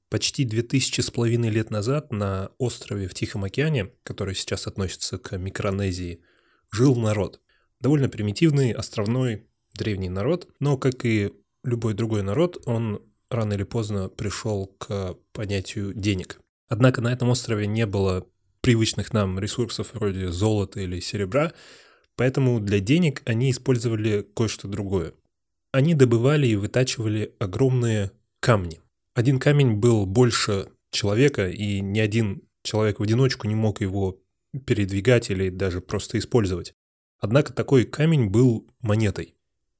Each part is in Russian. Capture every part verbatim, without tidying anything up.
Почти две тысячи с половиной лет назад на острове в Тихом океане, который сейчас относится к Микронезии, жил народ. Довольно примитивный, островной, древний народ, но, как и любой другой народ, он рано или поздно пришел к понятию денег. Однако на этом острове не было привычных нам ресурсов вроде золота или серебра, поэтому для денег они использовали кое-что другое. Они добывали и вытачивали огромные камни. Один камень был больше человека, и ни один человек в одиночку не мог его передвигать или даже просто использовать. Однако такой камень был монетой.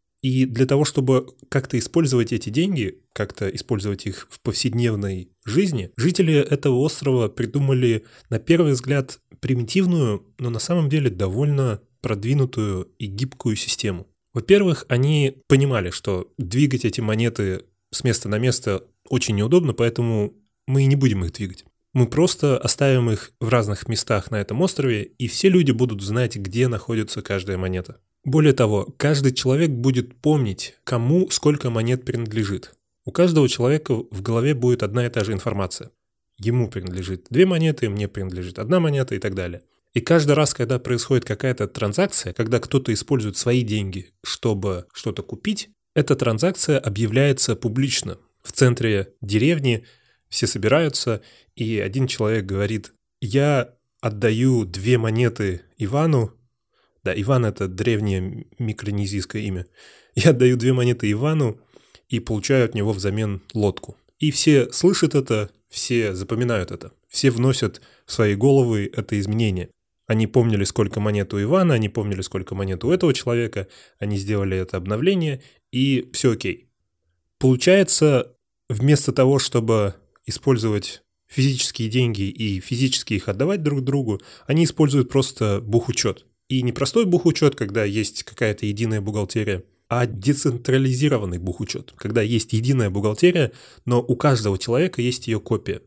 И для того, чтобы как-то использовать эти деньги, как-то использовать их в повседневной жизни, жители этого острова придумали, на первый взгляд, примитивную, но на самом деле довольно продвинутую и гибкую систему. Во-первых, они понимали, что двигать эти монеты с места на место очень неудобно, поэтому мы и не будем их двигать. Мы просто оставим их в разных местах на этом острове, и все люди будут знать, где находится каждая монета. Более того, каждый человек будет помнить, кому сколько монет принадлежит. У каждого человека в голове будет одна и та же информация. Ему принадлежит две монеты, мне принадлежит одна монета и так далее. И каждый раз, когда происходит какая-то транзакция, когда кто-то использует свои деньги, чтобы что-то купить, эта транзакция объявляется публично. В центре деревни все собираются, и один человек говорит: «Я отдаю две монеты Ивану». Да, Иван — это древнее микронезийское имя. «Я отдаю две монеты Ивану и получаю от него взамен лодку». И все слышат это, все запоминают это, все вносят в свои головы это изменение. Они помнили, сколько монет у Ивана, они помнили, сколько монет у этого человека, они сделали это обновление, и все окей. Получается, вместо того, чтобы использовать физические деньги и физически их отдавать друг другу, они используют просто бухучет. И не простой бухучет, когда есть какая-то единая бухгалтерия, а децентрализированный бухучет, когда есть единая бухгалтерия, но у каждого человека есть ее копия.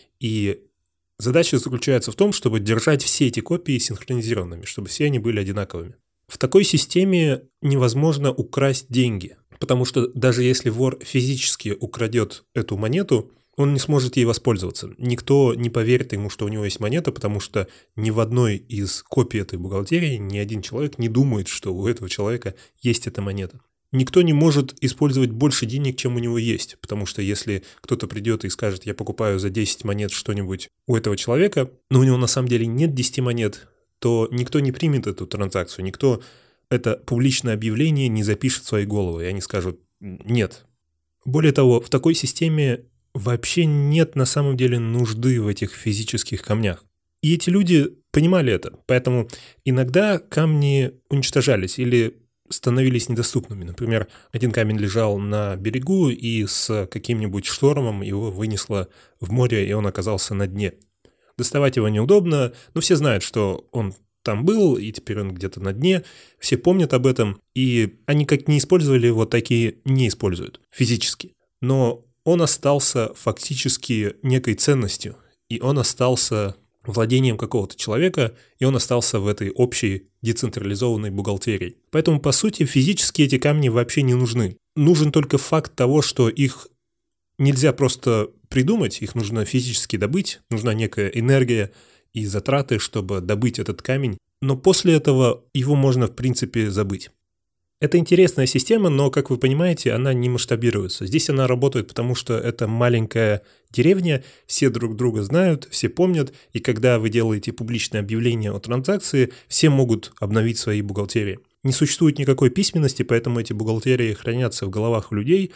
И задача заключается в том, чтобы держать все эти копии синхронизированными, чтобы все они были одинаковыми. В такой системе невозможно украсть деньги, потому что даже если вор физически украдет эту монету, он не сможет ей воспользоваться. Никто не поверит ему, что у него есть монета, потому что ни в одной из копий этой бухгалтерии ни один человек не думает, что у этого человека есть эта монета. Никто не может использовать больше денег, чем у него есть, потому что если кто-то придет и скажет: «Я покупаю за десять монет что-нибудь у этого человека», но у него на самом деле нет десяти монет, то никто не примет эту транзакцию, никто это публичное объявление не запишет в свои головы, и они скажут «нет». Более того, в такой системе вообще нет на самом деле нужды в этих физических камнях. И эти люди понимали это, поэтому иногда камни уничтожались или становились недоступными. Например, один камень лежал на берегу, и с каким-нибудь штормом его вынесло в море, и он оказался на дне. Доставать его неудобно, но все знают, что он там был, и теперь он где-то на дне, все помнят об этом, и они как не использовали его, так и не используют физически. Но он остался фактически некой ценностью, и он остался владением какого-то человека, и он остался в этой общей децентрализованной бухгалтерии. Поэтому, по сути, физически эти камни вообще не нужны. Нужен только факт того, что их нельзя просто придумать, их нужно физически добыть, нужна некая энергия и затраты, чтобы добыть этот камень, но после этого его можно, в принципе, забыть. Это интересная система, но, как вы понимаете, она не масштабируется. Здесь она работает, потому что это маленькая деревня, все друг друга знают, все помнят, и когда вы делаете публичное объявление о транзакции, все могут обновить свои бухгалтерии. Не существует никакой письменности, поэтому эти бухгалтерии хранятся в головах у людей,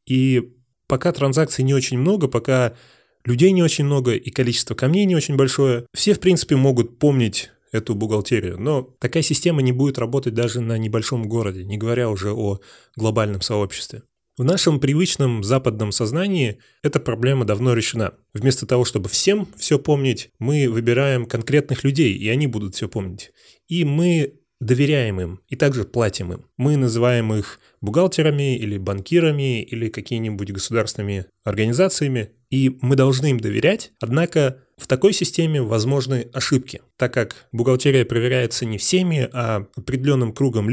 и пока транзакций не очень много, пока людей не очень много и количество камней не очень большое, все, в принципе, могут помнить эту бухгалтерию. Но такая система не будет работать даже на небольшом городе, не говоря уже о глобальном сообществе. В нашем привычном западном сознании эта проблема давно решена. Вместо того, чтобы всем все помнить, мы выбираем конкретных людей, и они будут все помнить. И мы доверяем им, и также платим им. Мы называем их бухгалтерами или банкирами или какими-нибудь государственными организациями, и мы должны им доверять, однако в такой системе возможны ошибки, так как бухгалтерия проверяется не всеми, а определенным кругом лиц,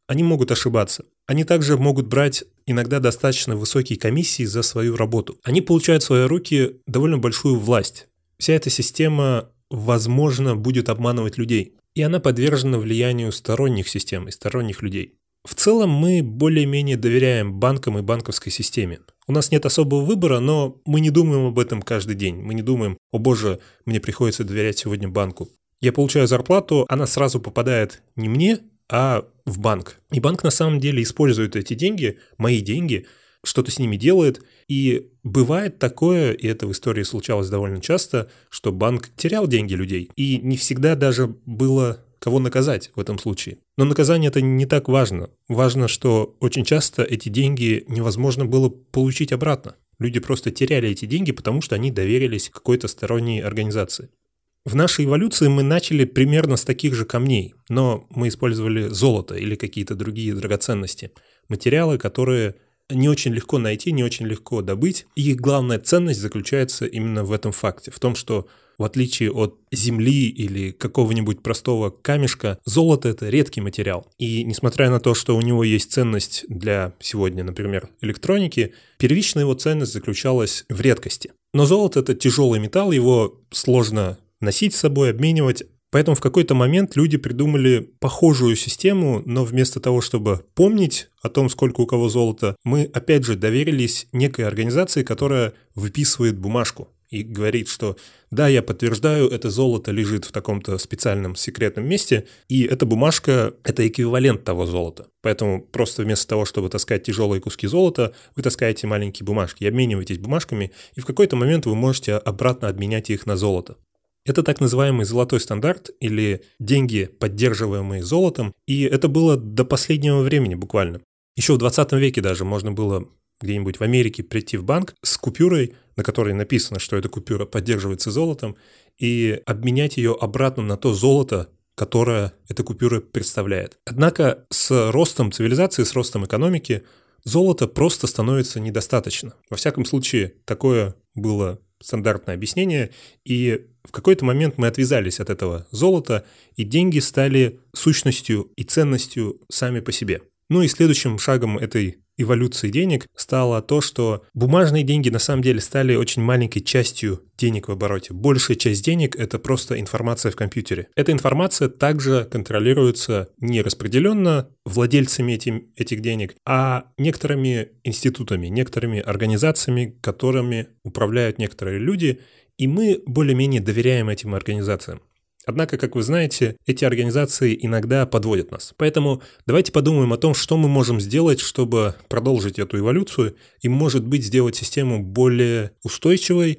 Они могут ошибаться. Они также могут брать иногда достаточно высокие комиссии за свою работу. Они получают в свои руки довольно большую власть. Вся эта система, возможно, будет обманывать людей. И она подвержена влиянию сторонних систем и сторонних людей. В целом мы более-менее доверяем банкам и банковской системе. У нас нет особого выбора, но мы не думаем об этом каждый день. Мы не думаем: «О боже, мне приходится доверять сегодня банку». Я получаю зарплату, она сразу попадает не мне, а в банк. И банк на самом деле использует эти деньги, мои деньги, что-то с ними делает. И бывает такое, и это в истории случалось довольно часто, что банк терял деньги людей. И не всегда даже было кого наказать в этом случае. Но наказание это не так важно. Важно, что очень часто эти деньги невозможно было получить обратно. Люди просто теряли эти деньги, потому что они доверились какой-то сторонней организации. В нашей эволюции мы начали примерно с таких же камней, но мы использовали золото или какие-то другие драгоценности. Материалы, которые не очень легко найти, не очень легко добыть. И их главная ценность заключается именно в этом факте, в том, что в отличие от земли или какого-нибудь простого камешка, золото – это редкий материал. И несмотря на то, что у него есть ценность для сегодня, например, электроники, первичная его ценность заключалась в редкости. Но золото – это тяжелый металл, его сложно носить с собой, обменивать. Поэтому в какой-то момент люди придумали похожую систему, но вместо того, чтобы помнить о том, сколько у кого золота, мы опять же доверились некой организации, которая выписывает бумажку и говорит, что да, я подтверждаю, это золото лежит в таком-то специальном секретном месте, и эта бумажка – это эквивалент того золота. Поэтому просто вместо того, чтобы таскать тяжелые куски золота, вы таскаете маленькие бумажки и обмениваетесь бумажками, и в какой-то момент вы можете обратно обменять их на золото. Это так называемый золотой стандарт или деньги, поддерживаемые золотом, и это было до последнего времени буквально. Еще в двадцатом веке даже можно было где-нибудь в Америке прийти в банк с купюрой, на которой написано, что эта купюра поддерживается золотом, и обменять ее обратно на то золото, которое эта купюра представляет. Однако с ростом цивилизации, с ростом экономики золота просто становится недостаточно. Во всяком случае, такое было стандартное объяснение, и в какой-то момент мы отвязались от этого золота, и деньги стали сущностью и ценностью сами по себе. Ну и следующим шагом этой эволюции денег стало то, что бумажные деньги на самом деле стали очень маленькой частью денег в обороте. Большая часть денег – это просто информация в компьютере. Эта информация также контролируется не распределенно владельцами этим, этих денег, а некоторыми институтами, некоторыми организациями, которыми управляют некоторые люди, и мы более-менее доверяем этим организациям. Однако, как вы знаете, эти организации иногда подводят нас. Поэтому давайте подумаем о том, что мы можем сделать, чтобы продолжить эту эволюцию и, может быть, сделать систему более устойчивой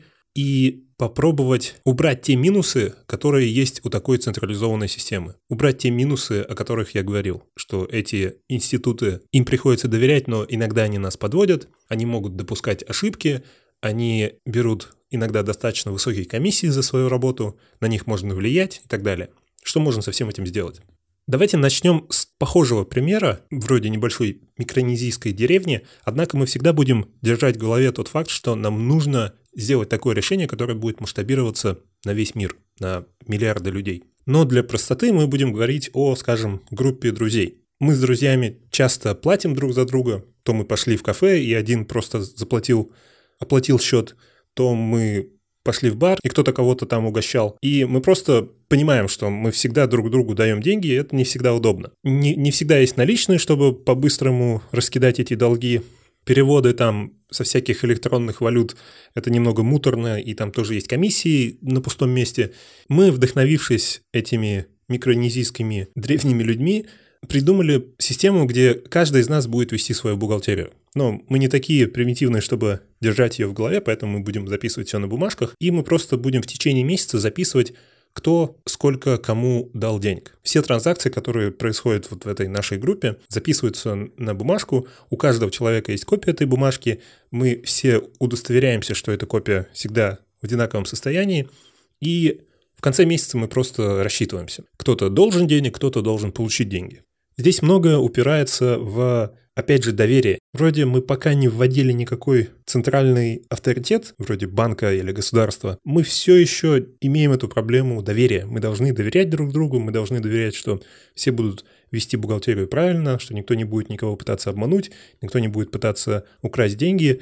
и попробовать убрать те минусы, которые есть у такой централизованной системы. Убрать те минусы, о которых я говорил, что эти институты, им приходится доверять, но иногда они нас подводят, они могут допускать ошибки, они берут иногда достаточно высокие комиссии за свою работу, на них можно влиять и так далее. Что можно со всем этим сделать? Давайте начнем с похожего примера, вроде небольшой микронезийской деревни, однако мы всегда будем держать в голове тот факт, что нам нужно сделать такое решение, которое будет масштабироваться на весь мир, на миллиарды людей. Но для простоты мы будем говорить о, скажем, группе друзей. Мы с друзьями часто платим друг за друга, то мы пошли в кафе, и один просто заплатил, оплатил счет, то мы пошли в бар, и кто-то кого-то там угощал. И мы просто понимаем, что мы всегда друг другу даем деньги, и это не всегда удобно. Не, не всегда есть наличные, чтобы по-быстрому раскидать эти долги. Переводы там со всяких электронных валют – это немного муторно, и там тоже есть комиссии на пустом месте. Мы, вдохновившись этими микронезийскими древними людьми, придумали систему, где каждый из нас будет вести свою бухгалтерию. Но мы не такие примитивные, чтобы держать ее в голове, поэтому мы будем записывать все на бумажках, и мы просто будем в течение месяца записывать, кто сколько кому дал денег. Все транзакции, которые происходят вот в этой нашей группе, записываются на бумажку, у каждого человека есть копия этой бумажки, мы все удостоверяемся, что эта копия всегда в одинаковом состоянии, и в конце месяца мы просто рассчитываемся. Кто-то должен денег, кто-то должен получить деньги. Здесь многое упирается в, опять же, доверие. Вроде мы пока не вводили никакой центральный авторитет, вроде банка или государства, мы все еще имеем эту проблему доверия. Мы должны доверять друг другу, мы должны доверять, что все будут вести бухгалтерию правильно, что никто не будет никого пытаться обмануть, никто не будет пытаться украсть деньги.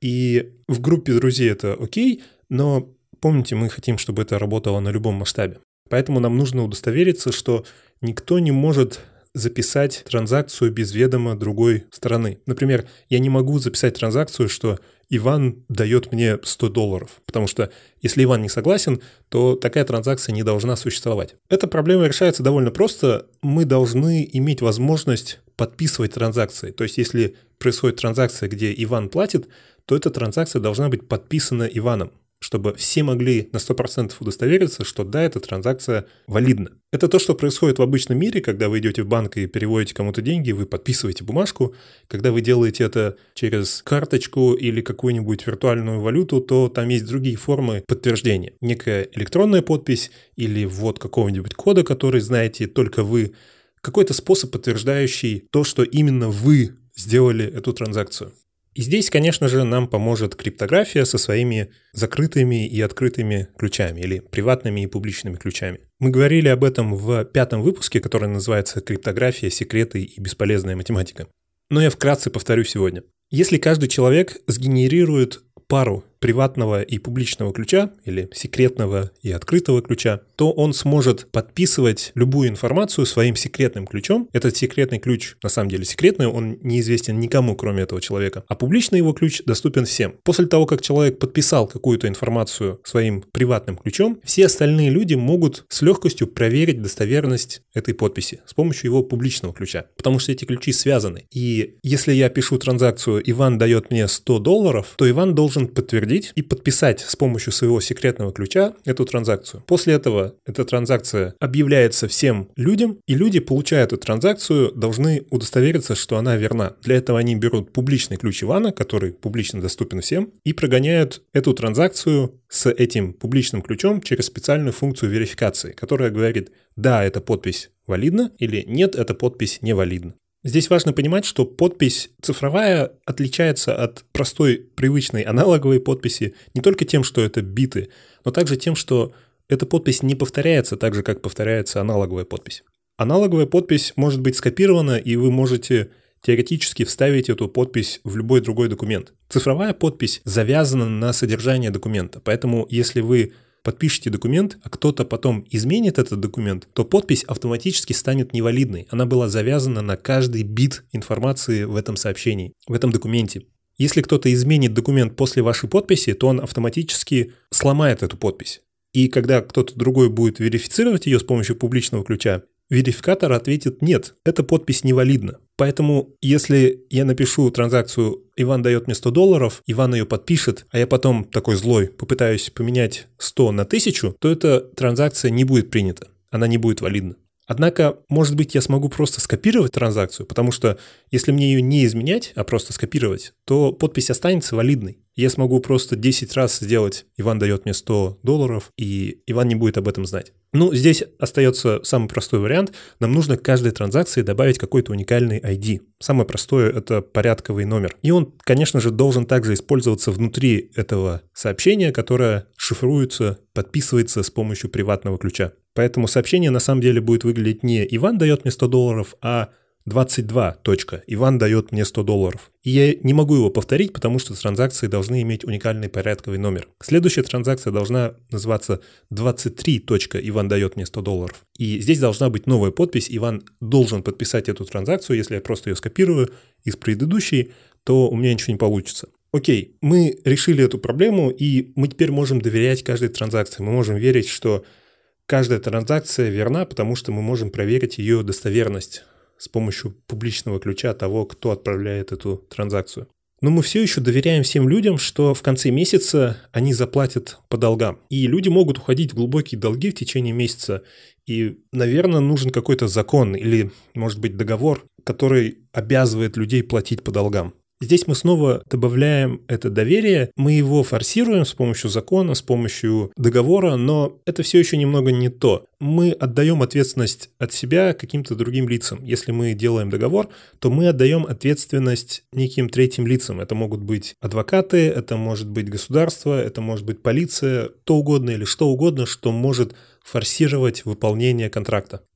И в группе друзей это окей, но помните, мы хотим, чтобы это работало на любом масштабе. Поэтому нам нужно удостовериться, что никто не может записать транзакцию без ведома другой стороны. Например, я не могу записать транзакцию, что Иван дает мне сто долларов, потому что если Иван не согласен, то такая транзакция не должна существовать. Эта проблема решается довольно просто. Мы должны иметь возможность подписывать транзакции. То есть если происходит транзакция, где Иван платит, то эта транзакция должна быть подписана Иваном, чтобы все могли на сто процентов удостовериться, что да, эта транзакция валидна. Это то, что происходит в обычном мире, когда вы идете в банк и переводите кому-то деньги, вы подписываете бумажку. Когда вы делаете это через карточку или какую-нибудь виртуальную валюту, то там есть другие формы подтверждения. Некая электронная подпись или ввод какого-нибудь кода, который знаете только вы. Какой-то способ, подтверждающий то, что именно вы сделали эту транзакцию. И здесь, конечно же, нам поможет криптография со своими закрытыми и открытыми ключами или приватными и публичными ключами. Мы говорили об этом в пятом выпуске, который называется «Криптография, секреты и бесполезная математика». Но я вкратце повторю сегодня. Если каждый человек сгенерирует пару приватного и публичного ключа или секретного и открытого ключа, то он сможет подписывать любую информацию своим секретным ключом. Этот секретный ключ на самом деле секретный, он неизвестен никому, кроме этого человека, а публичный его ключ доступен всем. После того, как человек подписал какую-то информацию своим приватным ключом, все остальные люди могут с легкостью проверить достоверность этой подписи с помощью его публичного ключа, потому что эти ключи связаны. И если я пишу транзакцию «Иван дает мне сто долларов», то Иван должен подтвердить и подписать с помощью своего секретного ключа эту транзакцию. После этого эта транзакция объявляется всем людям, и люди, получая эту транзакцию, должны удостовериться, что она верна. Для этого они берут публичный ключ Ивана, который публично доступен всем, и прогоняют эту транзакцию с этим публичным ключом через специальную функцию верификации, которая говорит: да, эта подпись валидна, или нет, эта подпись невалидна. Здесь важно понимать, что подпись цифровая отличается от простой привычной аналоговой подписи не только тем, что это биты, но также тем, что эта подпись не повторяется так же, как повторяется аналоговая подпись. Аналоговая подпись может быть скопирована, и вы можете теоретически вставить эту подпись в любой другой документ. Цифровая подпись завязана на содержание документа, поэтому если вы подпишете документ, а кто-то потом изменит этот документ, то подпись автоматически станет невалидной. Она была завязана на каждый бит информации в этом сообщении, в этом документе. Если кто-то изменит документ после вашей подписи, то он автоматически сломает эту подпись. И когда кто-то другой будет верифицировать ее с помощью публичного ключа, верификатор ответит: нет, эта подпись невалидна. Поэтому, если я напишу транзакцию «Иван дает мне сто долларов», Иван ее подпишет, а я потом такой злой попытаюсь поменять сто на тысячу, то эта транзакция не будет принята, она не будет валидна. Однако, может быть, я смогу просто скопировать транзакцию, потому что если мне ее не изменять, а просто скопировать, то подпись останется валидной. Я смогу просто десять раз сделать «Иван дает мне сто долларов», и Иван не будет об этом знать. Ну, здесь остается самый простой вариант. Нам нужно к каждой транзакции добавить какой-то уникальный ай ди. Самое простое – это порядковый номер. И он, конечно же, должен также использоваться внутри этого сообщения, которое шифруется, подписывается с помощью приватного ключа. Поэтому сообщение на самом деле будет выглядеть не «Иван дает мне сто долларов», а двадцать два. Точка. Иван дает мне сто долларов. И я не могу его повторить, потому что транзакции должны иметь уникальный порядковый номер. Следующая транзакция должна называться двадцать три. Точка. Иван дает мне сто долларов. И здесь должна быть новая подпись. Иван должен подписать эту транзакцию. Если я просто ее скопирую из предыдущей, то у меня ничего не получится. Окей, мы решили эту проблему, и мы теперь можем доверять каждой транзакции. Мы можем верить, что каждая транзакция верна, потому что мы можем проверить ее достоверность с помощью публичного ключа того, кто отправляет эту транзакцию. Но мы все еще доверяем всем людям, что в конце месяца они заплатят по долгам. И люди могут уходить в глубокие долги в течение месяца. И, наверное, нужен какой-то закон или, может быть, договор, который обязывает людей платить по долгам. Здесь мы снова добавляем это доверие, мы его форсируем с помощью закона, с помощью договора, но это все еще немного не то. Мы отдаем ответственность от себя каким-то другим лицам. Если мы делаем договор, то мы отдаем ответственность неким третьим лицам. Это могут быть адвокаты, это может быть государство, это может быть полиция, то угодно или что угодно, что может форсировать выполнение контракта.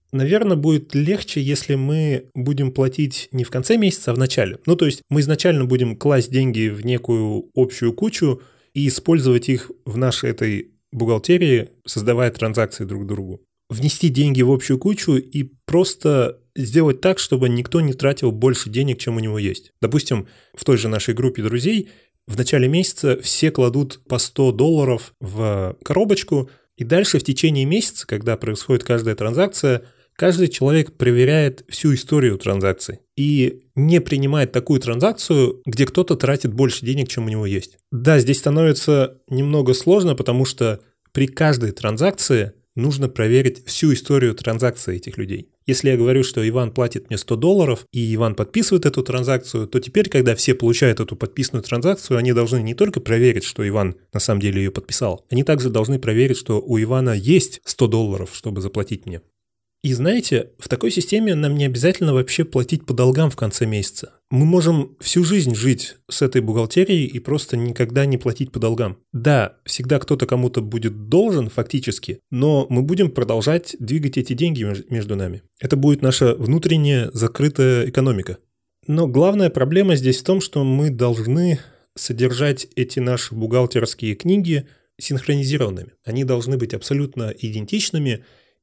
Наверное, будет легче, если мы будем платить не в конце месяца, а в начале. Ну, то есть мы изначально будем класть деньги в некую общую кучу и использовать их в нашей этой бухгалтерии, создавая транзакции друг к другу. Внести деньги в общую кучу и просто сделать так, чтобы никто не тратил больше денег, чем у него есть. Допустим, в той же нашей группе друзей в начале месяца все кладут по сто долларов в коробочку, и дальше в течение месяца, когда происходит каждая транзакция, каждый человек проверяет всю историю транзакций и не принимает такую транзакцию, где кто-то тратит больше денег, чем у него есть. Да, здесь становится немного сложно, потому что при каждой транзакции нужно проверить всю историю транзакций этих людей. Если я говорю, что Иван платит мне сто долларов, и Иван подписывает эту транзакцию, то теперь, когда все получают эту подписанную транзакцию, они должны не только проверить, что Иван на самом деле ее подписал, они также должны проверить, что у Ивана есть сто долларов, чтобы заплатить мне. И знаете, в такой системе нам не обязательно вообще платить по долгам в конце месяца. Мы можем всю жизнь жить с этой бухгалтерией и просто никогда не платить по долгам. Да, всегда кто-то кому-то будет должен фактически, но мы будем продолжать двигать эти деньги между нами. Это будет наша внутренняя закрытая экономика. Но главная проблема здесь в том, что мы должны содержать эти наши бухгалтерские книги синхронизированными. Они должны быть абсолютно идентичными.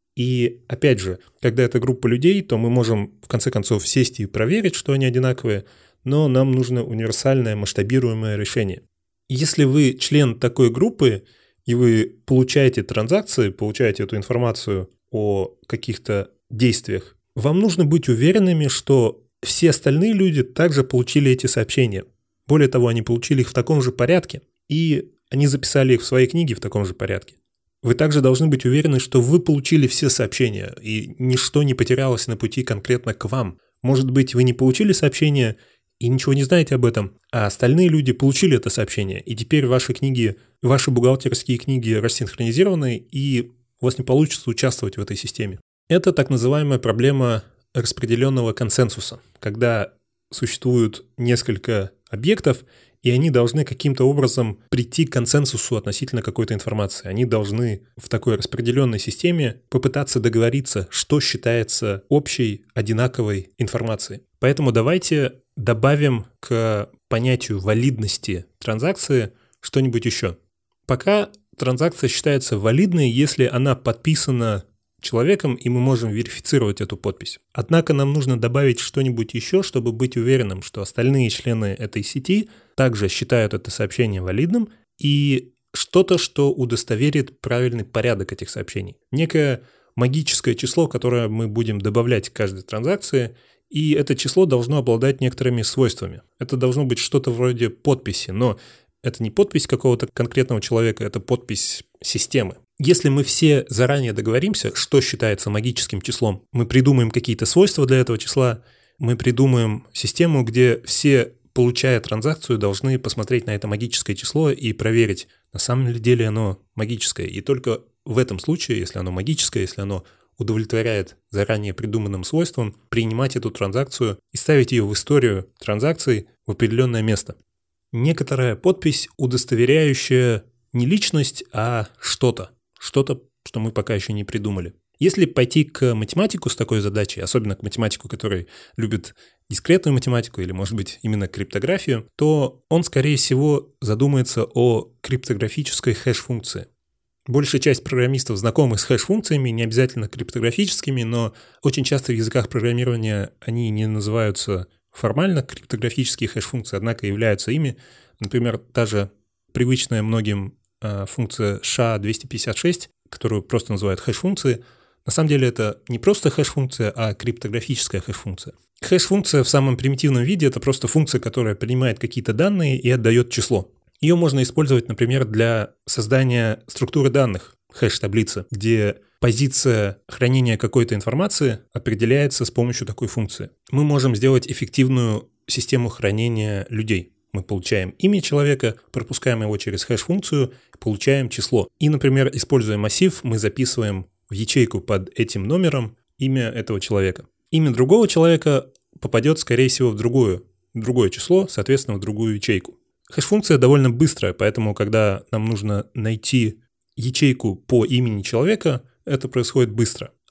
И опять же, когда это группа людей, то мы можем в конце концов сесть и проверить, что они одинаковые, но нам нужно универсальное масштабируемое решение. Если вы член такой группы, и вы получаете транзакции, получаете эту информацию о каких-то действиях, вам нужно быть уверенными, что все остальные люди также получили эти сообщения. Более того, они получили их в таком же порядке, и они записали их в свои книги в таком же порядке. Вы также должны быть уверены, что вы получили все сообщения, и ничто не потерялось на пути конкретно к вам. Может быть, вы не получили сообщение и ничего не знаете об этом, а остальные люди получили это сообщение, и теперь ваши книги, ваши бухгалтерские книги рассинхронизированы, и у вас не получится участвовать в этой системе. Это так называемая проблема распределенного консенсуса, когда существует несколько объектов, и они должны каким-то образом прийти к консенсусу относительно какой-то информации. Они должны в такой распределенной системе попытаться договориться, что считается общей, одинаковой информацией. Поэтому давайте добавим к понятию валидности транзакции что-нибудь еще. Пока транзакция считается валидной, если она подписана человеком, и мы можем верифицировать эту подпись. Однако нам нужно добавить что-нибудь еще, чтобы быть уверенным, что остальные члены этой сети также считают это сообщение валидным, и что-то, что удостоверит правильный порядок этих сообщений. Некое магическое число, которое мы будем добавлять к каждой транзакции, и это число должно обладать некоторыми свойствами. Это должно быть что-то вроде подписи, но это не подпись какого-то конкретного человека, это подпись системы. Если мы все заранее договоримся, что считается магическим числом, мы придумаем какие-то свойства для этого числа, мы придумаем систему, где все, получая транзакцию, должны посмотреть на это магическое число и проверить, на самом ли деле оно магическое. И только в этом случае, если оно магическое, если оно удовлетворяет заранее придуманным свойствам, принимать эту транзакцию и ставить ее в историю транзакций в определенное место. Некоторая подпись, удостоверяющая не личность, а что-то. Что-то, что мы пока еще не придумали. Если пойти к математику с такой задачей, особенно к математику, который любит дискретную математику или, может быть, именно криптографию, то он, скорее всего, задумается о криптографической хэш-функции. Большая часть программистов знакомы с хэш-функциями, не обязательно криптографическими, но очень часто в языках программирования они не называются формально криптографические хэш-функции, однако являются ими. Например, та же привычная многим функция ша двести пятьдесят шесть, которую просто называют хэш-функцией, на самом деле это не просто хэш-функция, а криптографическая хэш-функция. Хэш-функция в самом примитивном виде – это просто функция, которая принимает какие-то данные и отдает число. Ее можно использовать, например, для создания структуры данных, хэш-таблицы, где позиция хранения какой-то информации определяется с помощью такой функции. Мы можем сделать эффективную систему хранения людей. Мы получаем имя человека, пропускаем его через хэш-функцию, получаем число. И, например, используя массив, мы записываем в ячейку под этим номером имя этого человека. Имя другого человека попадет, скорее всего, в другую, другое число, соответственно, в другую ячейку. Хэш-функция довольно быстрая, поэтому, когда нам нужно найти ячейку по имени человека, это происходит быстро.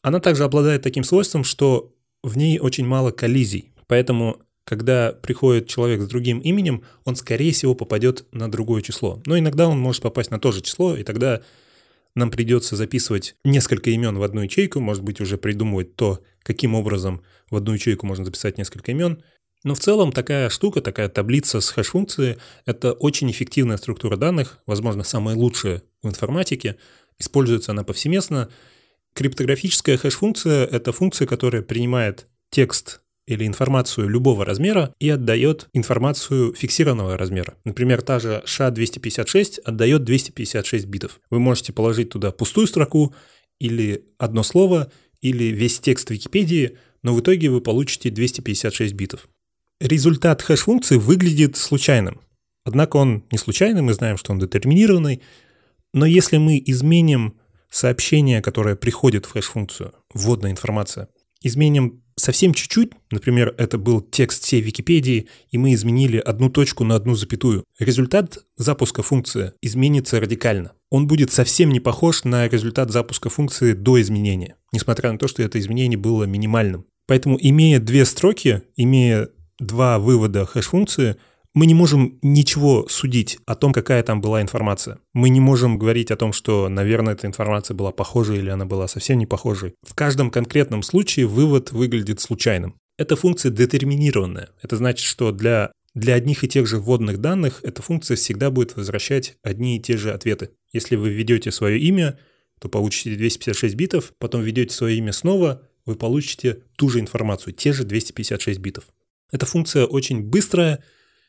Она также обладает таким свойством, что в ней очень мало коллизий. Поэтому, когда приходит человек с другим именем, он, скорее всего, попадет на другое число. Но иногда он может попасть на то же число, и тогда нам придется записывать несколько имен в одну ячейку, может быть, уже придумывать то, каким образом в одну ячейку можно записать несколько имен. Но в целом такая штука, такая таблица с хэш-функцией – это очень эффективная структура данных, возможно, самая лучшая в информатике. Используется она повсеместно. Криптографическая хэш-функция – это функция, которая принимает текст или информацию любого размера и отдает информацию фиксированного размера. Например, та же ша двести пятьдесят шесть отдает двести пятьдесят шесть битов. Вы можете положить туда пустую строку или одно слово, или весь текст Википедии, но в итоге вы получите двести пятьдесят шесть битов. Результат хэш-функции выглядит случайным. Однако он не случайный, мы знаем, что он детерминированный. Но если мы изменим сообщение, которое приходит в хэш-функцию, вводная информация, изменим совсем чуть-чуть, например, это был текст всей Википедии, и мы изменили одну точку на одну запятую, результат запуска функции изменится радикально. Он будет совсем не похож на результат запуска функции до изменения, несмотря на то, что это изменение было минимальным. Поэтому, имея две строки, имея два вывода хэш-функции, мы не можем ничего судить о том, какая там была информация. Мы не можем говорить о том, что, наверное, эта информация была похожей или она была совсем не похожей. В каждом конкретном случае вывод выглядит случайным. Эта функция детерминированная. Это значит, что для, для одних и тех же вводных данных эта функция всегда будет возвращать одни и те же ответы. Если вы введете свое имя, то получите двести пятьдесят шесть битов, потом введете свое имя снова, вы получите ту же информацию, те же двести пятьдесят шесть битов. Эта функция очень быстрая,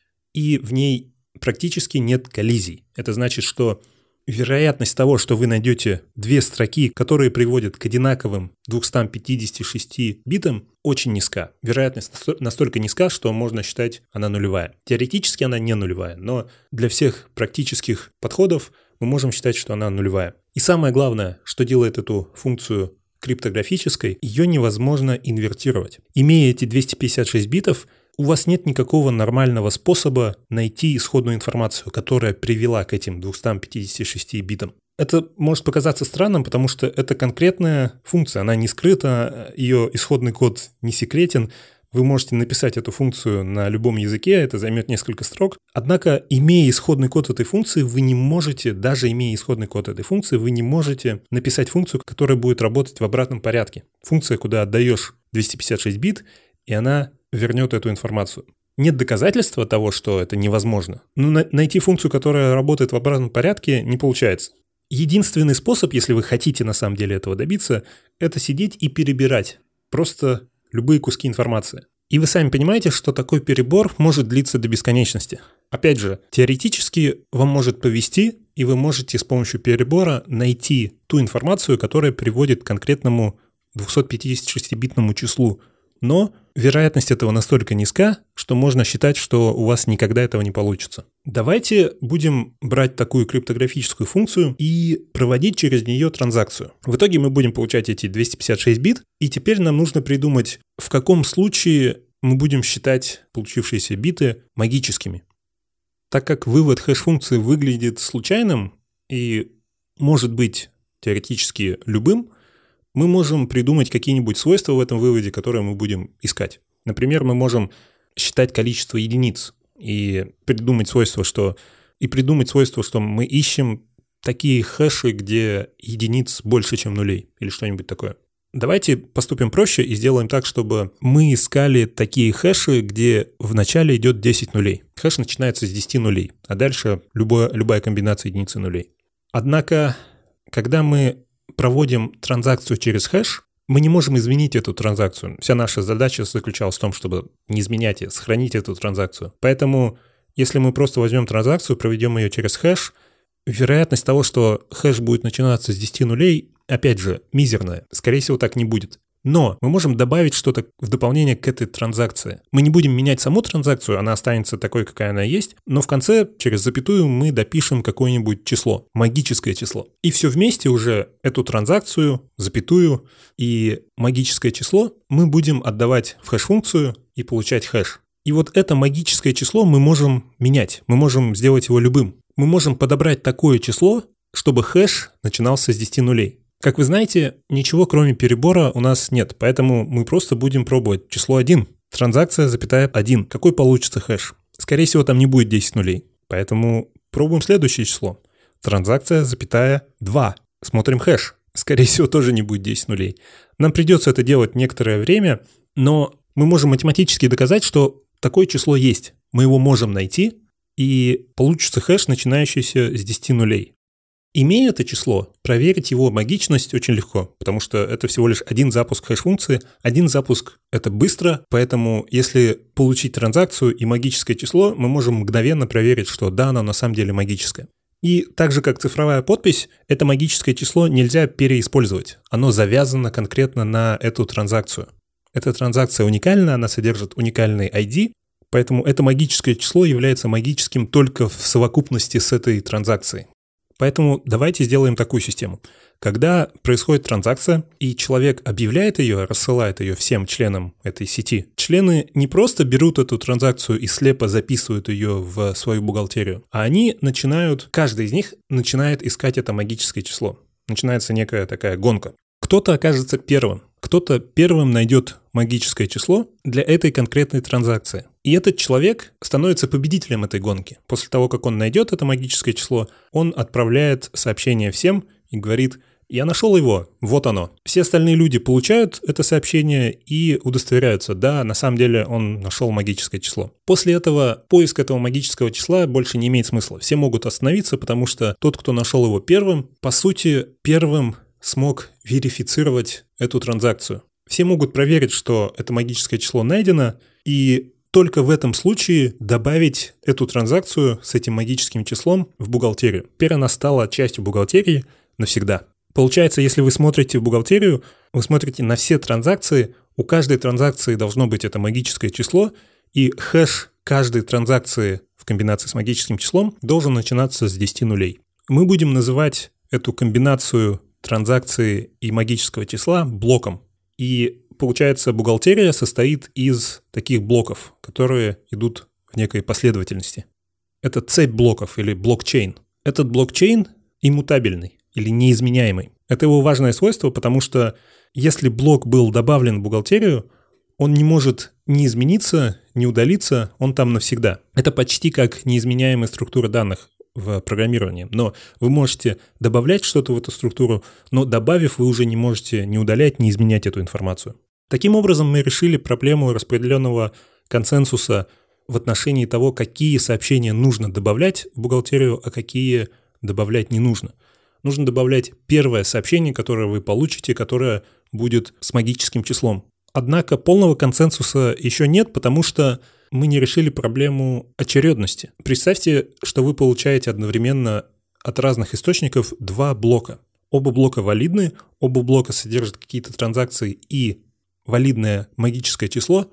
и в ней практически нет коллизий. Это значит, что вероятность того, что вы найдете две строки, которые приводят к одинаковым двухстам пятидесяти шести битам, очень низка. Вероятность настолько низка, что можно считать, она нулевая. Теоретически она не нулевая, но для всех практических подходов мы можем считать, что она нулевая. И самое главное, что делает эту функцию криптографической, ее невозможно инвертировать. Имея эти двести пятьдесят шесть битов, у вас нет никакого нормального способа найти исходную информацию, которая привела к этим двухстам пятидесяти шести битам. Это может показаться странным, потому что это конкретная функция, она не скрыта, ее исходный код не секретен. Вы можете написать эту функцию на любом языке, это займет несколько строк. Однако, имея исходный код этой функции, вы не можете, даже имея исходный код этой функции, вы не можете написать функцию, которая будет работать в обратном порядке. Функция, куда отдаешь двести пятьдесят шесть бит, и она вернет эту информацию. Нет доказательства того, что это невозможно. Но на- найти функцию, которая работает в обратном порядке, не получается. Единственный способ, если вы хотите на самом деле этого добиться, это сидеть и перебирать просто любые куски информации. И вы сами понимаете, что такой перебор может длиться до бесконечности. Опять же, теоретически вам может повезти, и вы можете с помощью перебора найти ту информацию, которая приводит к конкретному двухсотпятидесятишестибитному числу. Но вероятность этого настолько низка, что можно считать, что у вас никогда этого не получится. Давайте будем брать такую криптографическую функцию и проводить через нее транзакцию. В итоге мы будем получать эти двести пятьдесят шесть бит, и теперь нам нужно придумать, в каком случае мы будем считать получившиеся биты магическими. Так как вывод хэш-функции выглядит случайным и может быть теоретически любым, мы можем придумать какие-нибудь свойства в этом выводе, которые мы будем искать. Например, мы можем считать количество единиц и придумать свойство, что, и придумать свойство, что мы ищем такие хэши, где единиц больше, чем нулей, или что-нибудь такое. Давайте поступим проще и сделаем так, чтобы мы искали такие хэши, где в начале идет десять нулей. Хэш начинается с десяти нулей, а дальше любая, любая комбинация единиц и нулей. Однако, когда мы проводим транзакцию через хэш, мы не можем изменить эту транзакцию. Вся наша задача заключалась в том, чтобы не изменять и сохранить эту транзакцию. Поэтому, если мы просто возьмем транзакцию, проведем ее через хэш, вероятность того, что хэш будет начинаться с десяти нулей, опять же, мизерная. Скорее всего, так не будет. Но мы можем добавить что-то в дополнение к этой транзакции. Мы не будем менять саму транзакцию, она останется такой, какая она есть, но в конце через запятую мы допишем какое-нибудь число, магическое число. И все вместе уже эту транзакцию, запятую и магическое число мы будем отдавать в хэш-функцию и получать хэш. И вот это магическое число мы можем менять, мы можем сделать его любым. Мы можем подобрать такое число, чтобы хэш начинался с десяти нулей. Как вы знаете, ничего кроме перебора у нас нет, поэтому мы просто будем пробовать число один. Транзакция, запятая один. Какой получится хэш? Скорее всего, там не будет десять нулей. Поэтому пробуем следующее число. Транзакция, запятая два. Смотрим хэш. Скорее всего, тоже не будет десять нулей. Нам придется это делать некоторое время, но мы можем математически доказать, что такое число есть. Мы его можем найти, и получится хэш, начинающийся с десяти нулей. Имея это число, проверить его магичность очень легко, потому что это всего лишь один запуск хэш-функции. Один запуск — это быстро, поэтому если получить транзакцию и магическое число, мы можем мгновенно проверить, что да, оно на самом деле магическое. И так же, как цифровая подпись, это магическое число нельзя переиспользовать. Оно завязано конкретно на эту транзакцию. Эта транзакция уникальна, она содержит уникальный ай ди, поэтому это магическое число является магическим только в совокупности с этой транзакцией. Поэтому давайте сделаем такую систему. Когда происходит транзакция, и человек объявляет ее, рассылает ее всем членам этой сети, члены не просто берут эту транзакцию и слепо записывают ее в свою бухгалтерию, а они начинают, каждый из них начинает искать это магическое число. Начинается некая такая гонка. Кто-то окажется первым, кто-то первым найдет магическое число для этой конкретной транзакции. И этот человек становится победителем этой гонки. После того, как он найдет это магическое число, он отправляет сообщение всем и говорит: «Я нашел его, вот оно». Все остальные люди получают это сообщение и удостоверяются: да, на самом деле он нашел магическое число. После этого поиск этого магического числа больше не имеет смысла. Все могут остановиться, потому что тот, кто нашел его первым, по сути, первым смог верифицировать эту транзакцию. Все могут проверить, что это магическое число найдено, и только в этом случае добавить эту транзакцию с этим магическим числом в бухгалтерию. Теперь она стала частью бухгалтерии навсегда. Получается, если вы смотрите в бухгалтерию, вы смотрите на все транзакции, у каждой транзакции должно быть это магическое число, и хэш каждой транзакции в комбинации с магическим числом должен начинаться с десяти нулей. Мы будем называть эту комбинацию транзакции и магического числа блоком. И получается, бухгалтерия состоит из таких блоков, которые идут в некой последовательности. Это цепь блоков или блокчейн. Этот блокчейн иммутабельный или неизменяемый. Это его важное свойство, потому что если блок был добавлен в бухгалтерию, он не может ни измениться, ни удалиться, он там навсегда. Это почти как неизменяемая структура данных в программировании. Но вы можете добавлять что-то в эту структуру, но добавив, вы уже не можете ни удалять, ни изменять эту информацию. Таким образом, мы решили проблему распределенного консенсуса в отношении того, какие сообщения нужно добавлять в бухгалтерию, а какие добавлять не нужно. Нужно добавлять первое сообщение, которое вы получите, которое будет с магическим числом. Однако полного консенсуса еще нет, потому что мы не решили проблему очередности. Представьте, что вы получаете одновременно от разных источников два блока. Оба блока валидны, оба блока содержат какие-то транзакции и валидное магическое число,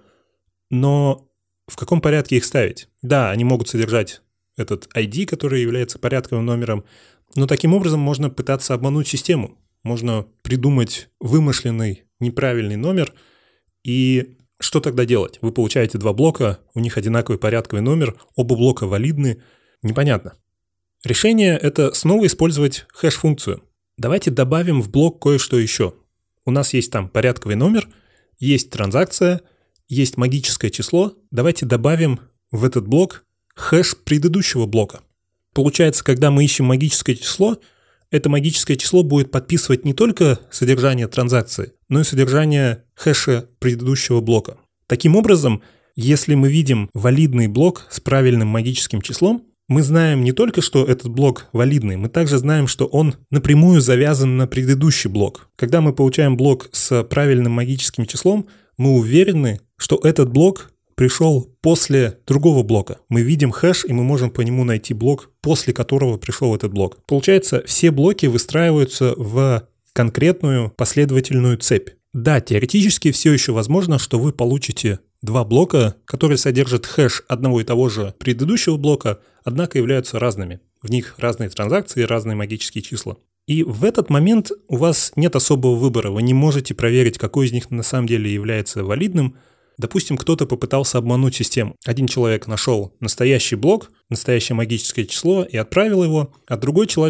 но в каком порядке их ставить? Да, они могут содержать этот ай ди, который является порядковым номером, но таким образом можно пытаться обмануть систему. Можно придумать вымышленный неправильный номер. И что тогда делать? Вы получаете два блока, у них одинаковый порядковый номер, оба блока валидны. Непонятно. Решение — это снова использовать хэш-функцию. Давайте добавим в блок кое-что еще. У нас есть там порядковый номер, есть транзакция, есть магическое число. Давайте добавим в этот блок хэш предыдущего блока. Получается, когда мы ищем магическое число, это магическое число будет подписывать не только содержание транзакции, но и содержание хэша предыдущего блока. Таким образом, если мы видим валидный блок с правильным магическим числом, мы знаем не только, что этот блок валидный, мы также знаем, что он напрямую завязан на предыдущий блок. Когда мы получаем блок с правильным магическим числом, мы уверены, что этот блок пришел после другого блока. Мы видим хэш, и мы можем по нему найти блок, после которого пришел этот блок. Получается, все блоки выстраиваются в конкретную последовательную цепь. Да, теоретически все еще возможно, что вы получите два блока, которые содержат хэш одного и того же предыдущего блока, однако являются разными. В них разные транзакции, разные магические числа. И в этот момент у вас нет особого выбора. Вы не можете проверить, какой из них на самом деле является валидным. Допустим, кто-то попытался обмануть систему. Один человек нашел настоящий блок, настоящее магическое число и отправил его, а другой человек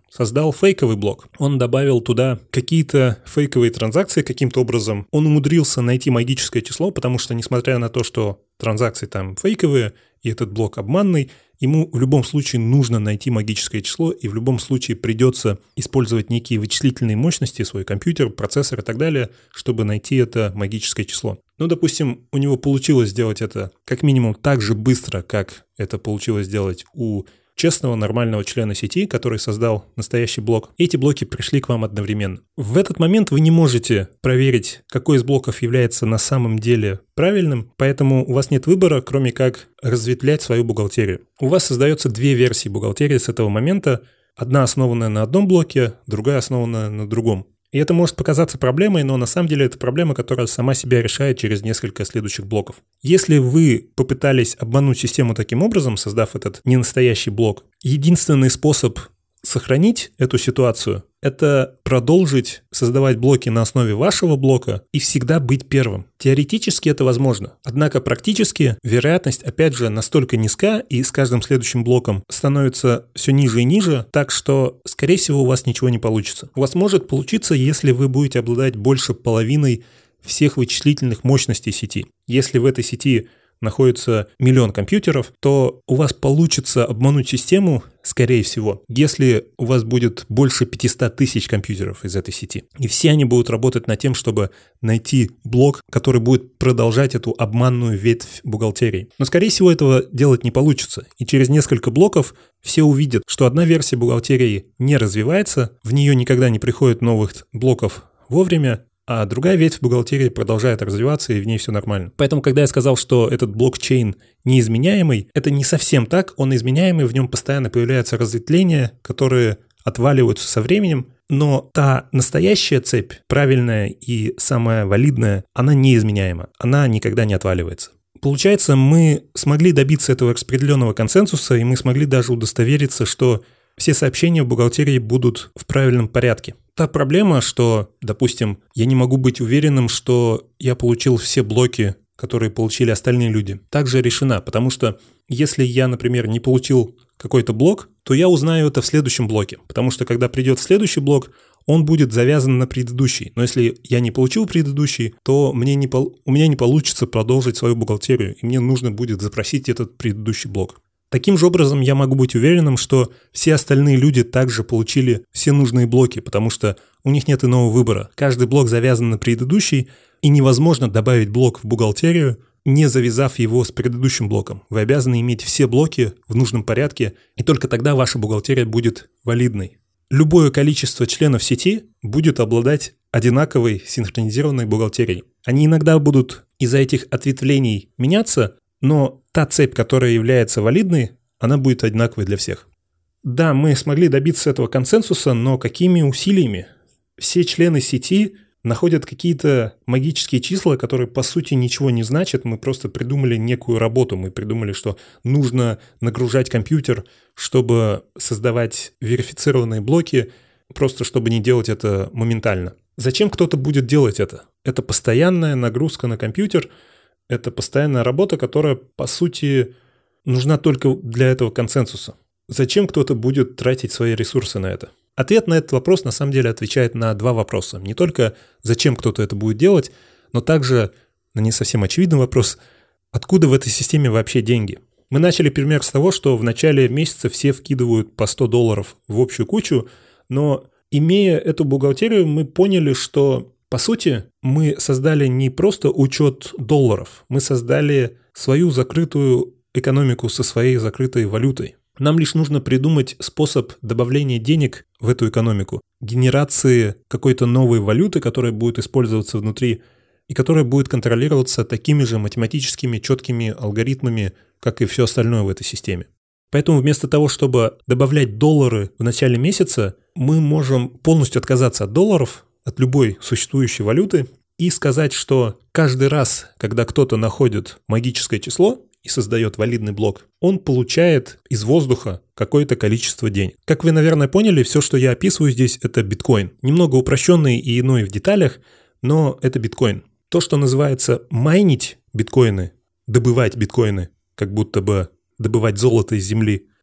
создал фейковый блок. Он добавил туда какие-то фейковые транзакции каким-то образом. Он умудрился найти магическое число, потому что, несмотря на то, что транзакции там фейковые, и этот блок обманный, ему в любом случае нужно найти магическое число, и в любом случае придется использовать некие вычислительные мощности, свой компьютер, процессор и так далее, чтобы найти это магическое число. Ну, допустим, у него получилось сделать это как минимум так же быстро, как это получилось сделать у честного, нормального члена сети, который создал настоящий блок. Эти блоки пришли к вам одновременно. В этот момент вы не можете проверить, какой из блоков является на самом деле правильным, поэтому у вас нет выбора, кроме как разветвлять свою бухгалтерию. У вас создается две версии бухгалтерии с этого момента. Одна основанная на одном блоке, другая основанная на другом. И это может показаться проблемой, но на самом деле это проблема, которая сама себя решает через несколько следующих блоков. Если вы попытались обмануть систему таким образом, создав этот ненастоящий блок, единственный способ сохранить эту ситуацию – это продолжить создавать блоки на основе вашего блока и всегда быть первым. Теоретически это возможно, однако практически вероятность, опять же, настолько низка и с каждым следующим блоком становится все ниже и ниже, так что, скорее всего, у вас ничего не получится. У вас может получиться, если вы будете обладать больше половиной всех вычислительных мощностей сети. Если в этой сети находится миллион компьютеров, то у вас получится обмануть систему, скорее всего, если у вас будет больше пятьсот тысяч компьютеров из этой сети. И все они будут работать над тем, чтобы найти блок, который будет продолжать эту обманную ветвь бухгалтерии. Но, скорее всего, этого делать не получится. И через несколько блоков все увидят, что одна версия бухгалтерии не развивается, в нее никогда не приходит новых блоков вовремя, а другая ветвь бухгалтерии продолжает развиваться, и в ней все нормально. Поэтому, когда я сказал, что этот блокчейн неизменяемый, это не совсем так, он изменяемый, в нем постоянно появляются разветвления, которые отваливаются со временем, но та настоящая цепь, правильная и самая валидная, она неизменяема, она никогда не отваливается. Получается, мы смогли добиться этого распределенного консенсуса, и мы смогли даже удостовериться, что все сообщения в бухгалтерии будут в правильном порядке. Та проблема, что, допустим, я не могу быть уверенным, что я получил все блоки, которые получили остальные люди, также решена, потому что если я, например, не получил какой-то блок, то я узнаю это в следующем блоке, потому что когда придет следующий блок, он будет завязан на предыдущий. Но если я не получил предыдущий, то мне не пол... у меня не получится продолжить свою бухгалтерию, и мне нужно будет запросить этот предыдущий блок. Таким же образом я могу быть уверенным, что все остальные люди также получили все нужные блоки, потому что у них нет иного выбора. Каждый блок завязан на предыдущий, и невозможно добавить блок в бухгалтерию, не завязав его с предыдущим блоком. Вы обязаны иметь все блоки в нужном порядке, и только тогда ваша бухгалтерия будет валидной. Любое количество членов сети будет обладать одинаковой синхронизированной бухгалтерией. Они иногда будут из-за этих ответвлений меняться, но та цепь, которая является валидной, она будет одинаковой для всех. Да, мы смогли добиться этого консенсуса, но какими усилиями? Все члены сети находят какие-то магические числа, которые по сути ничего не значат. Мы просто придумали некую работу. Мы придумали, что нужно нагружать компьютер, чтобы создавать верифицированные блоки, просто чтобы не делать это моментально. Зачем кто-то будет делать это? Это постоянная нагрузка на компьютер. Это постоянная работа, которая, по сути, нужна только для этого консенсуса. Зачем кто-то будет тратить свои ресурсы на это? Ответ на этот вопрос, на самом деле, отвечает на два вопроса. Не только зачем кто-то это будет делать, но также на не совсем очевидный вопрос, откуда в этой системе вообще деньги? Мы начали пример с того, что в начале месяца все вкидывают по сто долларов в общую кучу, но, имея эту бухгалтерию, мы поняли, что по сути, мы создали не просто учет долларов, мы создали свою закрытую экономику со своей закрытой валютой. Нам лишь нужно придумать способ добавления денег в эту экономику, генерации какой-то новой валюты, которая будет использоваться внутри и которая будет контролироваться такими же математическими четкими алгоритмами, как и все остальное в этой системе. Поэтому вместо того, чтобы добавлять доллары в начале месяца, мы можем полностью отказаться от долларов, от любой существующей валюты и сказать, что каждый раз, когда кто-то находит магическое число и создает валидный блок, он получает из воздуха какое-то количество денег. Как вы, наверное, поняли, все, что я описываю здесь, это биткоин. Немного упрощенный и иной в деталях, но это биткоин. То, что называется майнить биткоины, добывать биткоины, как будто бы добывать золото из земли,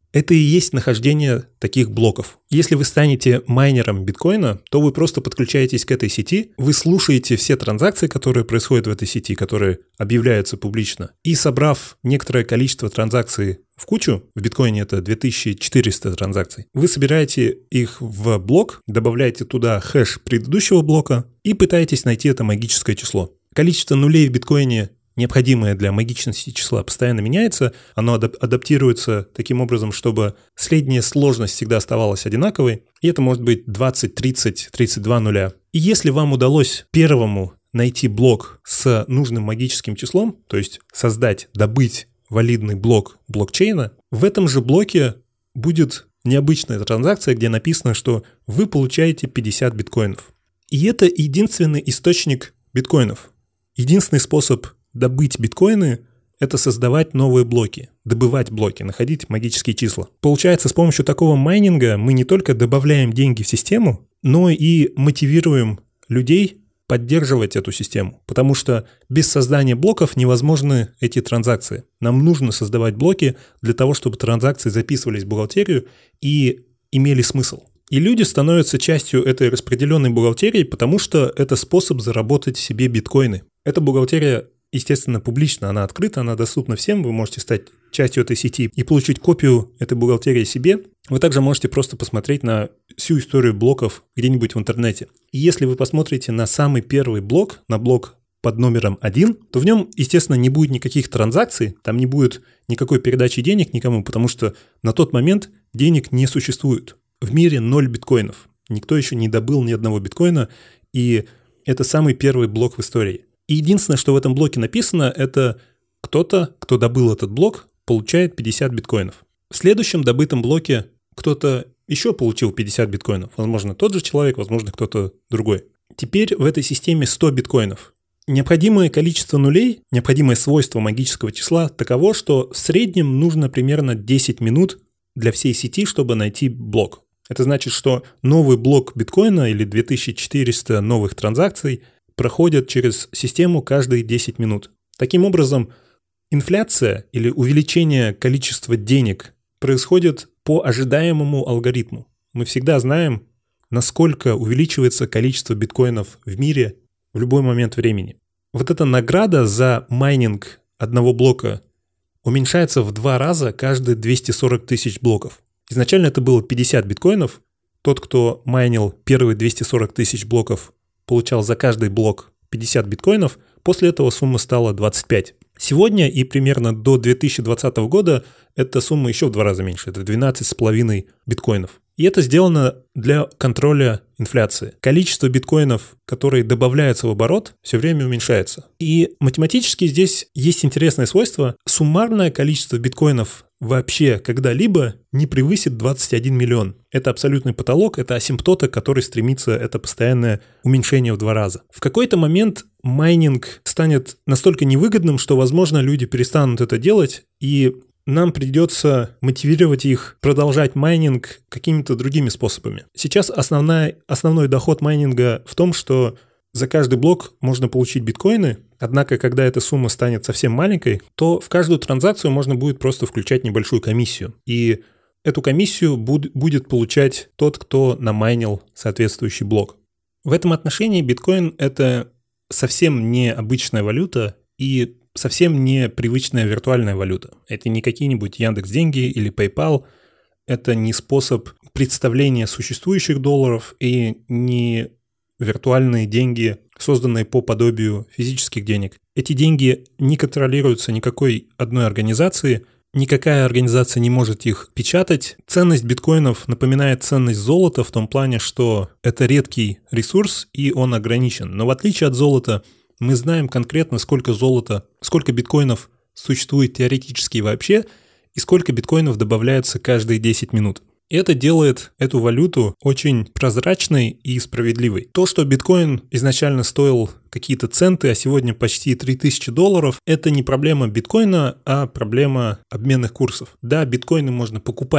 Это и есть нахождение таких блоков. Если вы станете майнером биткоина, то вы просто подключаетесь к этой сети, вы слушаете все транзакции, которые происходят в этой сети, которые объявляются публично, и собрав некоторое количество транзакций в кучу, в биткоине это две тысячи четыреста транзакций, вы собираете их в блок, добавляете туда хэш предыдущего блока и пытаетесь найти это магическое число. Количество нулей в биткоине, необходимое для магичности числа, постоянно меняется, оно адап- адаптируется таким образом, чтобы средняя сложность всегда оставалась одинаковой, и это может быть двадцать, тридцать, тридцать два нуля. И если вам удалось первому найти блок с нужным магическим числом, то есть создать, добыть валидный блок блокчейна, в этом же блоке будет необычная транзакция, где написано, что вы получаете пятьдесят биткоинов. И это единственный источник биткоинов. Единственный способ добыть биткоины – это создавать новые блоки, добывать блоки, находить магические числа. Получается, с помощью такого майнинга мы не только добавляем деньги в систему, но и мотивируем людей поддерживать эту систему, потому что без создания блоков невозможны эти транзакции. Нам нужно создавать блоки для того, чтобы транзакции записывались в бухгалтерию и имели смысл. И люди становятся частью этой распределенной бухгалтерии, потому что это способ заработать себе биткоины. Эта бухгалтерия, естественно, публична, она открыта, она доступна всем, вы можете стать частью этой сети и получить копию этой бухгалтерии себе. Вы также можете просто посмотреть на всю историю блоков где-нибудь в интернете. И если вы посмотрите на самый первый блок, на блок под номером один, то в нем, естественно, не будет никаких транзакций, там не будет никакой передачи денег никому, потому что на тот момент денег не существует. В мире ноль биткоинов. Никто еще не добыл ни одного биткоина, и это самый первый блок в истории. И единственное, что в этом блоке написано, это кто-то, кто добыл этот блок, получает пятьдесят биткоинов. В следующем добытом блоке кто-то еще получил пятьдесят биткоинов. Возможно, тот же человек, возможно, кто-то другой. Теперь в этой системе сто биткоинов. Необходимое количество нулей, необходимое свойство магического числа таково, что в среднем нужно примерно десять минут для всей сети, чтобы найти блок. Это значит, что новый блок биткоина или две тысячи четыреста новых транзакций проходят через систему каждые десять минут. Таким образом, инфляция или увеличение количества денег происходит по ожидаемому алгоритму. Мы всегда знаем, насколько увеличивается количество биткоинов в мире в любой момент времени. Вот эта награда за майнинг одного блока уменьшается в два раза каждые двести сорок тысяч блоков. Изначально это было пятьдесят биткоинов. Тот, кто майнил первые двести сорок тысяч блоков, получал за каждый блок пятьдесят биткоинов. После этого сумма стала двадцать пять. Сегодня и примерно до две тысячи двадцатого года эта сумма еще в два раза меньше. Это двенадцать с половиной биткоинов. И это сделано для контроля инфляции. Количество биткоинов, которые добавляются в оборот, все время уменьшается. И математически здесь есть интересное свойство. Суммарное количество биткоинов вообще когда-либо не превысит двадцать один миллион. Это абсолютный потолок, это асимптота, к которой стремится это постоянное уменьшение в два раза. В какой-то момент майнинг станет настолько невыгодным, что, возможно, люди перестанут это делать, и нам придется мотивировать их продолжать майнинг какими-то другими способами. Сейчас основная, основной доход майнинга в том, что за каждый блок можно получить биткоины, однако, когда эта сумма станет совсем маленькой, то в каждую транзакцию можно будет просто включать небольшую комиссию. И эту комиссию буд- будет получать тот, кто намайнил соответствующий блок. В этом отношении биткоин — это совсем не обычная валюта и совсем не привычная виртуальная валюта. Это не какие-нибудь Яндекс.Деньги или PayPal. Это не способ представления существующих долларов и не виртуальные деньги, созданные по подобию физических денег. Эти деньги не контролируются никакой одной организацией, никакая организация не может их печатать. Ценность биткоинов напоминает ценность золота в том плане, что это редкий ресурс и он ограничен. Но в отличие от золота, мы знаем конкретно, сколько золота, сколько биткоинов существует теоретически вообще, и сколько биткоинов добавляется каждые десять минут. И это делает эту валюту очень прозрачной и справедливой. То, что биткоин изначально стоил какие-то центы, а сегодня почти три тысячи долларов, это не проблема биткоина, а проблема обменных курсов. Да, биткоины можно покупать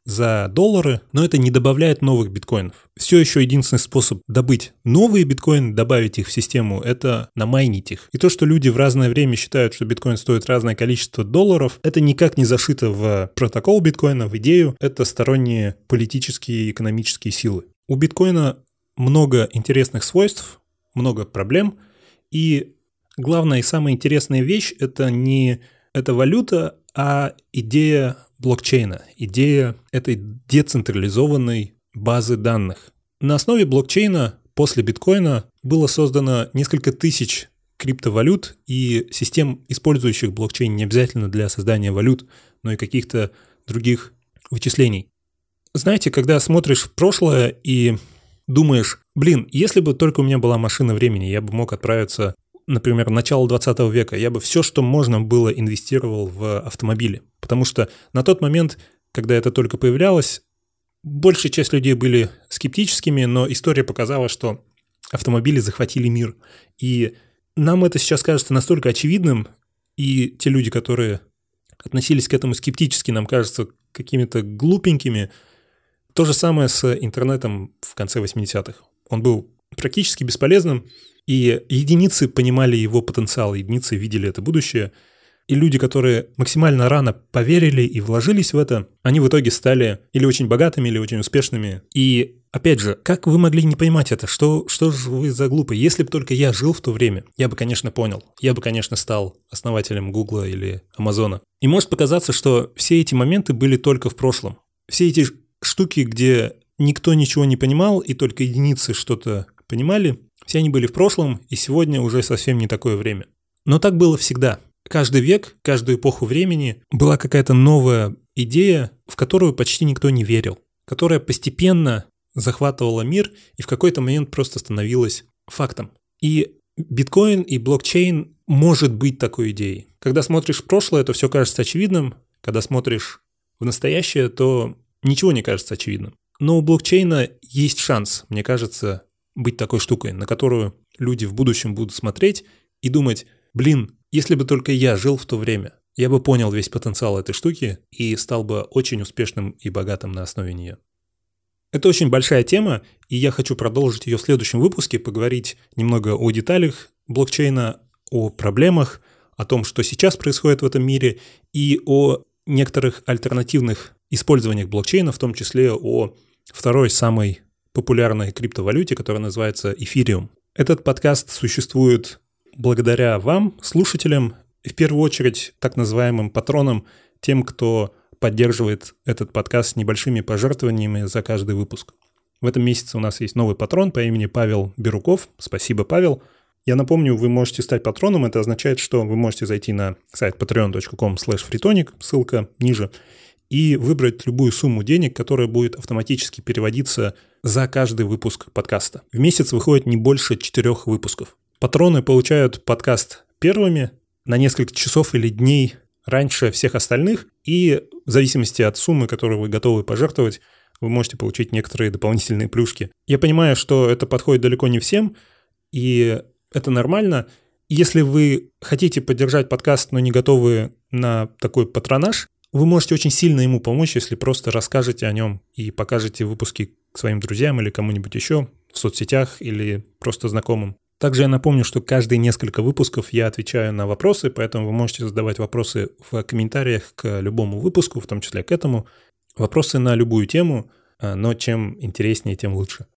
за доллары, но это не добавляет новых биткоинов. Все еще единственный способ добыть новые биткоины, добавить их в систему, это намайнить их. И то, что люди в разное время считают, что биткоин стоит разное количество долларов, это никак не зашито в протокол биткоина, в идею. Это сторонние политические и экономические силы. У биткоина много интересных свойств, много проблем, и главная и самая интересная вещь – это не эта валюта, а идея блокчейна, идея этой децентрализованной базы данных. На основе блокчейна после биткоина было создано несколько тысяч криптовалют и систем, использующих блокчейн не обязательно для создания валют, но и каких-то других вычислений. Знаете, когда смотришь в прошлое и думаешь, блин, если бы только у меня была машина времени, я бы мог отправиться, например, в начало двадцатого века, я бы все, что можно было, инвестировал в автомобили. Потому что на тот момент, когда это только появлялось, большая часть людей были скептическими, но история показала, что автомобили захватили мир. И нам это сейчас кажется настолько очевидным, и те люди, которые относились к этому скептически, нам кажутся какими-то глупенькими. То же самое с интернетом в конце восьмидесятых. Он был практически бесполезным, и единицы понимали его потенциал, единицы видели это будущее. И люди, которые максимально рано поверили и вложились в это, они в итоге стали или очень богатыми, или очень успешными. И опять же, как вы могли не понимать это? Что, что же вы за глупые? Если бы только я жил в то время, я бы, конечно, понял. Я бы, конечно, стал основателем Гугла или Амазона. И может показаться, что все эти моменты были только в прошлом. Все эти штуки, где никто ничего не понимал, и только единицы что-то понимали, все они были в прошлом, и сегодня уже совсем не такое время. Но так было всегда. Каждый век, каждую эпоху времени была какая-то новая идея, в которую почти никто не верил, которая постепенно захватывала мир и в какой-то момент просто становилась фактом. И биткоин и блокчейн может быть такой идеей. Когда смотришь в прошлое, то все кажется очевидным. Когда смотришь в настоящее, то ничего не кажется очевидным. Но у блокчейна есть шанс, мне кажется, быть такой штукой, на которую люди в будущем будут смотреть и думать, блин, если бы только я жил в то время, я бы понял весь потенциал этой штуки и стал бы очень успешным и богатым на основе нее. Это очень большая тема, и я хочу продолжить ее в следующем выпуске, поговорить немного о деталях блокчейна, о проблемах, о том, что сейчас происходит в этом мире, и о некоторых альтернативных использованиях блокчейна, в том числе о второй самой популярной криптовалюте, которая называется эфириум. Этот подкаст существует благодаря вам, слушателям, и в первую очередь так называемым патронам, тем, кто поддерживает этот подкаст с небольшими пожертвованиями за каждый выпуск. В этом месяце у нас есть новый патрон по имени Павел Бируков. Спасибо, Павел. Я напомню, вы можете стать патроном. Это означает, что вы можете зайти на сайт patreon точка com слэш фритоник, ссылка ниже, и выбрать любую сумму денег, которая будет автоматически переводиться за каждый выпуск подкаста. В месяц выходит не больше четырех выпусков. Патроны получают подкаст первыми на несколько часов или дней раньше всех остальных, и в зависимости от суммы, которую вы готовы пожертвовать, вы можете получить некоторые дополнительные плюшки. Я понимаю, что это подходит далеко не всем, и это нормально. Если вы хотите поддержать подкаст, но не готовы на такой патронаж, вы можете очень сильно ему помочь, если просто расскажете о нем и покажете выпуски своим друзьям или кому-нибудь еще в соцсетях или просто знакомым. Также я напомню, что каждые несколько выпусков я отвечаю на вопросы, поэтому вы можете задавать вопросы в комментариях к любому выпуску, в том числе к этому. Вопросы на любую тему, но чем интереснее, тем лучше.